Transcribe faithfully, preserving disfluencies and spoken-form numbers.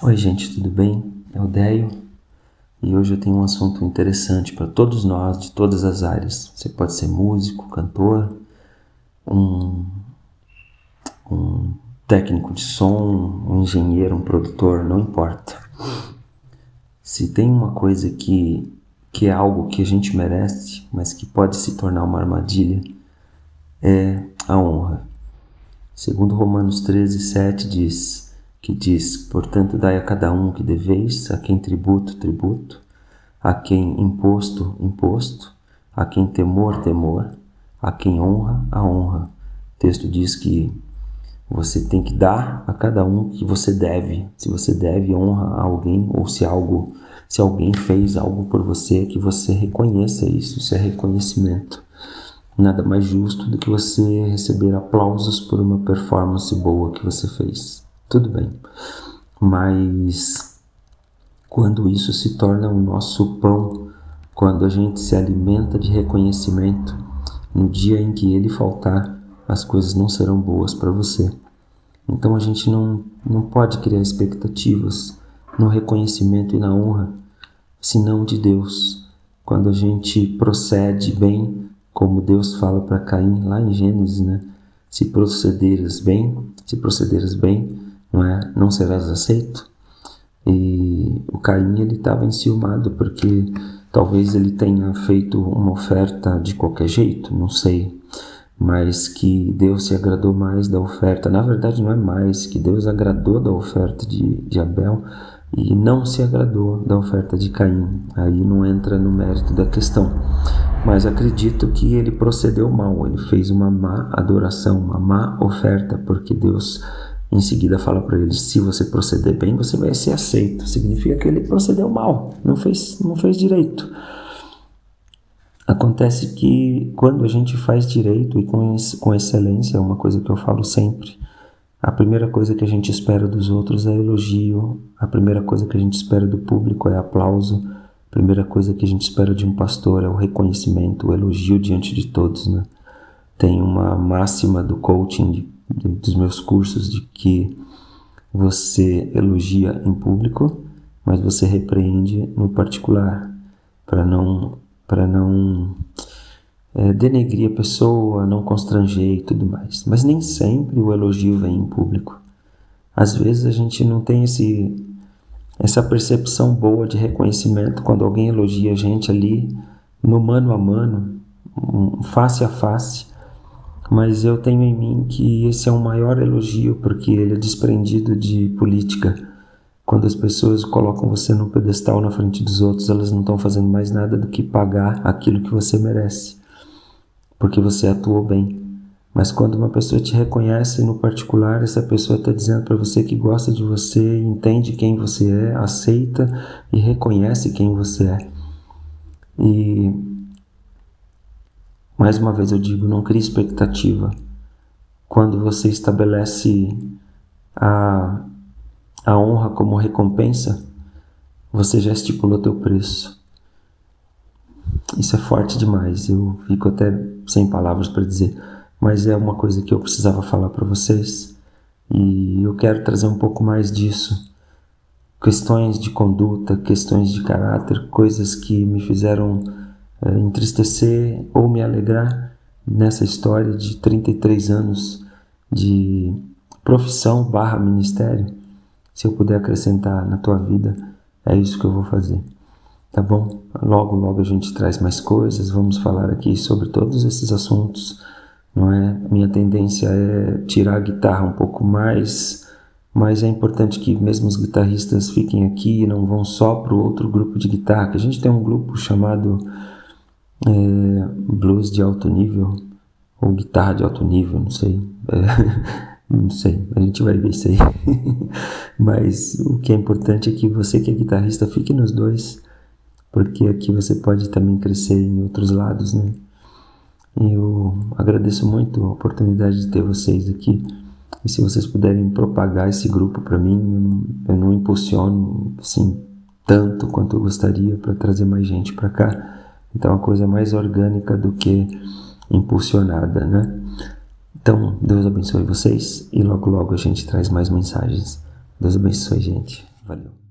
Oi gente, tudo bem? É o Déio e hoje eu tenho um assunto interessante para todos nós de todas as áreas. Você pode ser músico, cantor, um, um técnico de som, um engenheiro, um produtor, não importa. Se tem uma coisa que, que é algo que a gente merece, mas que pode se tornar uma armadilha, é a honra. Segundo Romanos treze, sete diz, que diz, portanto dai a cada um o que deveis, a quem tributo, tributo, a quem imposto, imposto, a quem temor, temor, a quem honra, a honra. O texto diz que você tem que dar a cada um que você deve. Se você deve honra a alguém, ou se algo, se alguém fez algo por você, que você reconheça isso, isso é reconhecimento. Nada mais justo do que você receber aplausos por uma performance boa que você fez. Tudo bem, mas quando isso se torna o nosso pão, quando a gente se alimenta de reconhecimento, no dia em que ele faltar, as coisas não serão boas para você. Então a gente não, não pode criar expectativas no reconhecimento e na honra, senão de Deus. Quando a gente procede bem, como Deus fala para Caim lá em Gênesis, né? Se procederes bem, se procederes bem, não é? Não serás aceito. E o Caim ele estava enciumado porque talvez ele tenha feito uma oferta de qualquer jeito, não sei, mas que Deus se agradou mais da oferta. Na verdade não é mais, que Deus agradou da oferta de, de Abel e não se agradou da oferta de Caim. Aí não entra no mérito da questão. Mas acredito que ele procedeu mal, ele fez uma má adoração, uma má oferta, porque Deus em seguida fala para ele, se você proceder bem, você vai ser aceito. Significa que ele procedeu mal, não fez, não fez direito. Acontece que quando a gente faz direito e com, com excelência, é uma coisa que eu falo sempre, a primeira coisa que a gente espera dos outros é elogio, a primeira coisa que a gente espera do público é aplauso, a primeira coisa que a gente espera de um pastor é o reconhecimento, o elogio diante de todos, né? Tem uma máxima do coaching, de, de, dos meus cursos, de que você elogia em público, mas você repreende no particular, para não, para não é, denegrir a pessoa, não constranger e tudo mais. Mas nem sempre o elogio vem em público. Às vezes a gente não tem esse... essa percepção boa de reconhecimento quando alguém elogia a gente ali no mano a mano, face a face, mas eu tenho em mim que esse é o maior elogio porque ele é desprendido de política. Quando as pessoas colocam você no pedestal na frente dos outros, elas não estão fazendo mais nada do que pagar aquilo que você merece, porque você atuou bem. Mas quando uma pessoa te reconhece no particular, essa pessoa está dizendo para você que gosta de você, entende quem você é, aceita e reconhece quem você é. E, mais uma vez eu digo, não crie expectativa. Quando você estabelece a, a honra como recompensa, você já estipulou teu preço. Isso é forte demais, eu fico até sem palavras para dizer. Mas é uma coisa que eu precisava falar para vocês e eu quero trazer um pouco mais disso. Questões de conduta, questões de caráter, coisas que me fizeram é, entristecer ou me alegrar nessa história de trinta e três anos de profissão barra ministério. Se eu puder acrescentar na tua vida, é isso que eu vou fazer. Tá bom? Logo, logo a gente traz mais coisas, vamos falar aqui sobre todos esses assuntos. Não é? Minha tendência é tirar a guitarra um pouco mais, mas é importante que mesmo os guitarristas fiquem aqui e não vão só para o outro grupo de guitarra, que a gente tem um grupo chamado é, blues de alto nível, ou guitarra de alto nível, não sei, é, não sei, a gente vai ver isso aí. Mas o que é importante é que você que é guitarrista fique nos dois, porque aqui você pode também crescer em outros lados, né? Eu agradeço muito a oportunidade de ter vocês aqui. E se vocês puderem propagar esse grupo para mim, eu não, eu não impulsiono assim, tanto quanto eu gostaria para trazer mais gente para cá. Então é uma coisa mais orgânica do que impulsionada, né? Então, Deus abençoe vocês e logo logo a gente traz mais mensagens. Deus abençoe, gente. Valeu.